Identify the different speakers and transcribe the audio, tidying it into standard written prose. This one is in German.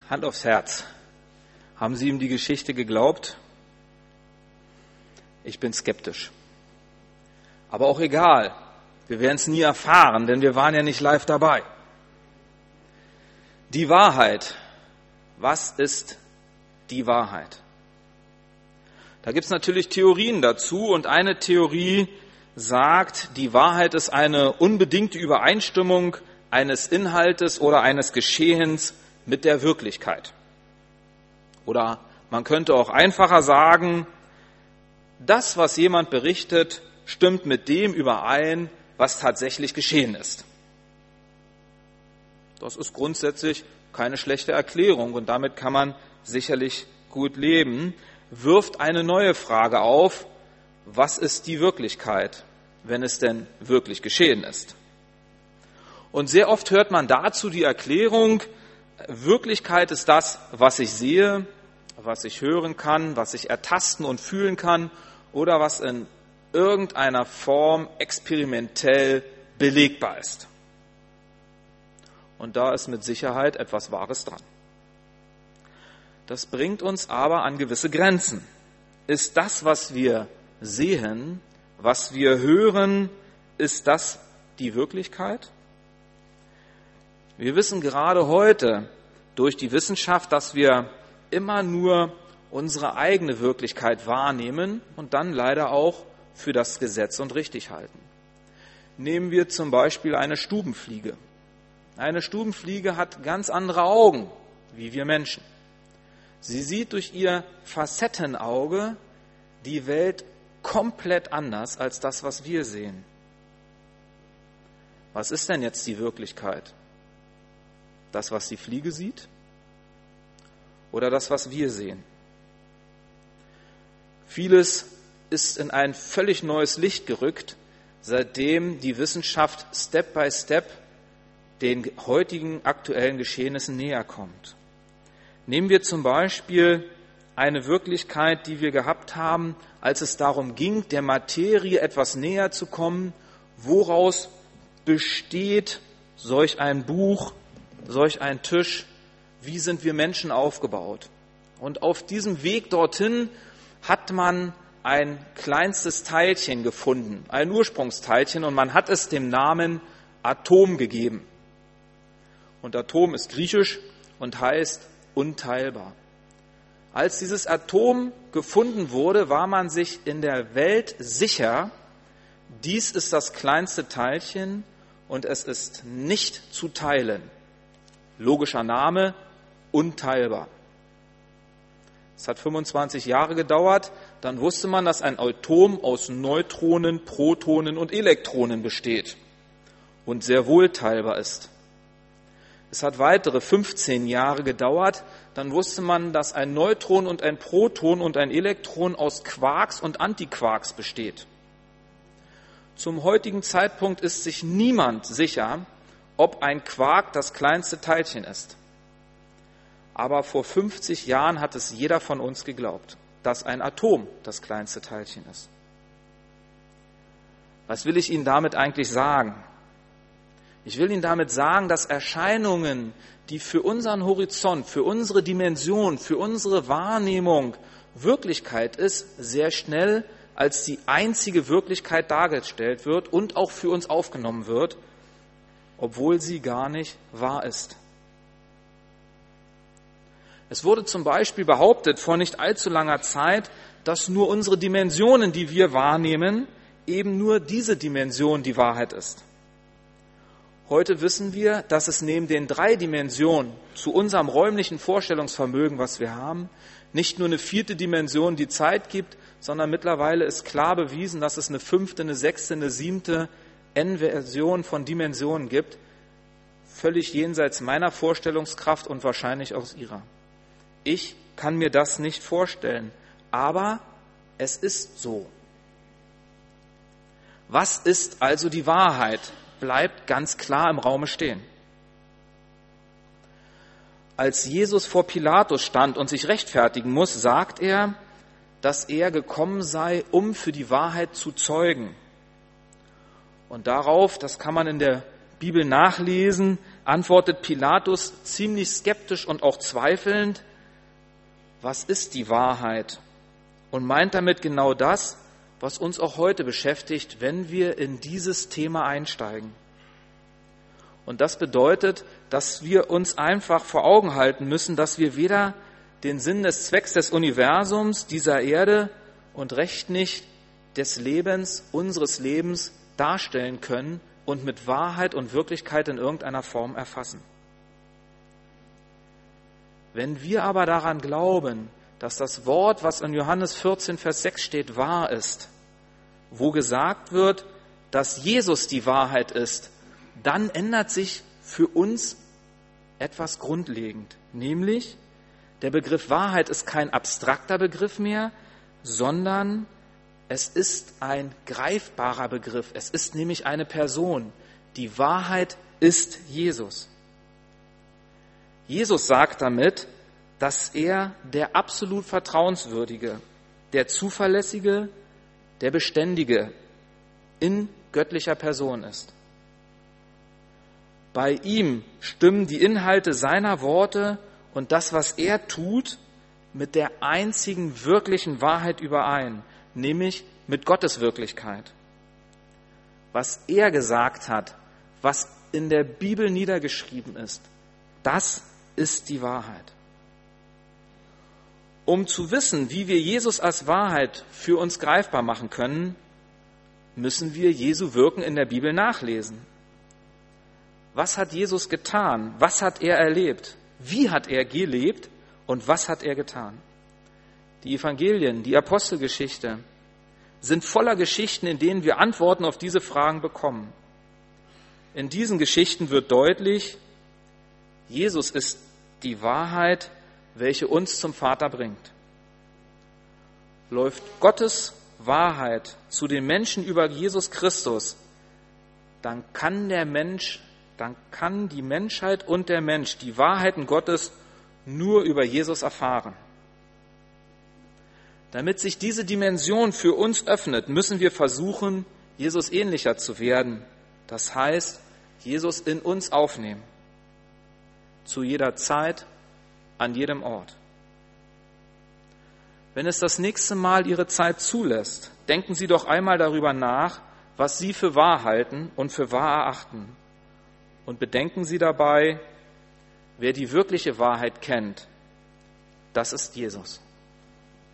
Speaker 1: Hand aufs Herz. Haben Sie ihm die Geschichte geglaubt? Ich bin skeptisch. Aber auch egal. Wir werden es nie erfahren, denn wir waren ja nicht live dabei. Die Wahrheit. Was ist die Wahrheit? Da gibt es natürlich Theorien dazu und eine Theorie sagt, die Wahrheit ist eine unbedingte Übereinstimmung eines Inhaltes oder eines Geschehens mit der Wirklichkeit. Oder man könnte auch einfacher sagen, das, was jemand berichtet, stimmt mit dem überein, was tatsächlich geschehen ist. Das ist grundsätzlich keine schlechte Erklärung und damit kann man sicherlich gut leben. Wirft eine neue Frage auf, was ist die Wirklichkeit, wenn es denn wirklich geschehen ist? Und sehr oft hört man dazu die Erklärung, Wirklichkeit ist das, was ich sehe, was ich hören kann, was ich ertasten und fühlen kann oder was in irgendeiner Form experimentell belegbar ist. Und da ist mit Sicherheit etwas Wahres dran. Das bringt uns aber an gewisse Grenzen. Ist das, was wir sehen, was wir hören, ist das die Wirklichkeit? Wir wissen gerade heute durch die Wissenschaft, dass wir immer nur unsere eigene Wirklichkeit wahrnehmen und dann leider auch für das Gesetz und richtig halten. Nehmen wir zum Beispiel eine Stubenfliege. Eine Stubenfliege hat ganz andere Augen, wie wir Menschen. Sie sieht durch ihr Facettenauge die Welt komplett anders als das, was wir sehen. Was ist denn jetzt die Wirklichkeit? Das, was die Fliege sieht? Oder das, was wir sehen? Vieles ist in ein völlig neues Licht gerückt, seitdem die Wissenschaft Step by Step den heutigen aktuellen Geschehnissen näher kommt. Nehmen wir zum Beispiel eine Wirklichkeit, die wir gehabt haben, als es darum ging, der Materie etwas näher zu kommen. Woraus besteht solch ein Buch, solch ein Tisch? Wie sind wir Menschen aufgebaut? Und auf diesem Weg dorthin hat man ein kleinstes Teilchen gefunden, ein Ursprungsteilchen, und man hat es dem Namen Atom gegeben. Und Atom ist griechisch und heißt unteilbar. Als dieses Atom gefunden wurde, war man sich in der Welt sicher, dies ist das kleinste Teilchen und es ist nicht zu teilen. Logischer Name, unteilbar. Es hat 25 Jahre gedauert, dann wusste man, dass ein Atom aus Neutronen, Protonen und Elektronen besteht und sehr wohl teilbar ist. Es hat weitere 15 Jahre gedauert, dann wusste man, dass ein Neutron und ein Proton und ein Elektron aus Quarks und Antiquarks besteht. Zum heutigen Zeitpunkt ist sich niemand sicher, ob ein Quark das kleinste Teilchen ist. Aber vor 50 Jahren hat es jeder von uns geglaubt, dass ein Atom das kleinste Teilchen ist. Was will ich Ihnen damit eigentlich sagen? Ich will Ihnen damit sagen, dass Erscheinungen, die für unseren Horizont, für unsere Dimension, für unsere Wahrnehmung Wirklichkeit ist, sehr schnell als die einzige Wirklichkeit dargestellt wird und auch für uns aufgenommen wird, obwohl sie gar nicht wahr ist. Es wurde zum Beispiel behauptet vor nicht allzu langer Zeit, dass nur unsere Dimensionen, die wir wahrnehmen, eben nur diese Dimension die Wahrheit ist. Heute wissen wir, dass es neben den 3 Dimensionen zu unserem räumlichen Vorstellungsvermögen, was wir haben, nicht nur eine 4. Dimension, die Zeit gibt, sondern mittlerweile ist klar bewiesen, dass es eine 5., eine 6., eine 7. N-Version von Dimensionen gibt, völlig jenseits meiner Vorstellungskraft und wahrscheinlich auch Ihrer. Ich kann mir das nicht vorstellen, aber es ist so. Was ist also die Wahrheit? Bleibt ganz klar im Raume stehen. Als Jesus vor Pilatus stand und sich rechtfertigen muss, sagt er, dass er gekommen sei, um für die Wahrheit zu zeugen. Und darauf, das kann man in der Bibel nachlesen, antwortet Pilatus ziemlich skeptisch und auch zweifelnd: Was ist die Wahrheit? Und meint damit genau das, was uns auch heute beschäftigt, wenn wir in dieses Thema einsteigen. Und das bedeutet, dass wir uns einfach vor Augen halten müssen, dass wir weder den Sinn des Zwecks des Universums, dieser Erde und recht nicht des Lebens, unseres Lebens darstellen können und mit Wahrheit und Wirklichkeit in irgendeiner Form erfassen. Wenn wir aber daran glauben, dass das Wort, was in Johannes 14, Vers 6 steht, wahr ist, wo gesagt wird, dass Jesus die Wahrheit ist, dann ändert sich für uns etwas grundlegend, nämlich der Begriff Wahrheit ist kein abstrakter Begriff mehr, sondern es ist ein greifbarer Begriff. Es ist nämlich eine Person. Die Wahrheit ist Jesus. Jesus sagt damit, dass er der absolut Vertrauenswürdige, der Zuverlässige, der Beständige in göttlicher Person ist. Bei ihm stimmen die Inhalte seiner Worte und das, was er tut, mit der einzigen wirklichen Wahrheit überein, nämlich mit Gottes Wirklichkeit. Was er gesagt hat, was in der Bibel niedergeschrieben ist, das ist die Wahrheit. Um zu wissen, wie wir Jesus als Wahrheit für uns greifbar machen können, müssen wir Jesu Wirken in der Bibel nachlesen. Was hat Jesus getan? Was hat er erlebt? Wie hat er gelebt? Und was hat er getan? Die Evangelien, die Apostelgeschichte sind voller Geschichten, in denen wir Antworten auf diese Fragen bekommen. In diesen Geschichten wird deutlich, Jesus ist die Wahrheit, welche uns zum Vater bringt. Läuft Gottes Wahrheit zu den Menschen über Jesus Christus, dann kann die Menschheit und der Mensch die Wahrheiten Gottes nur über Jesus erfahren. Damit sich diese Dimension für uns öffnet, müssen wir versuchen, Jesus ähnlicher zu werden. Das heißt, Jesus in uns aufnehmen. Zu jeder Zeit, an jedem Ort. Wenn es das nächste Mal Ihre Zeit zulässt, denken Sie doch einmal darüber nach, was Sie für wahr halten und für wahr erachten. Und bedenken Sie dabei, wer die wirkliche Wahrheit kennt, das ist Jesus.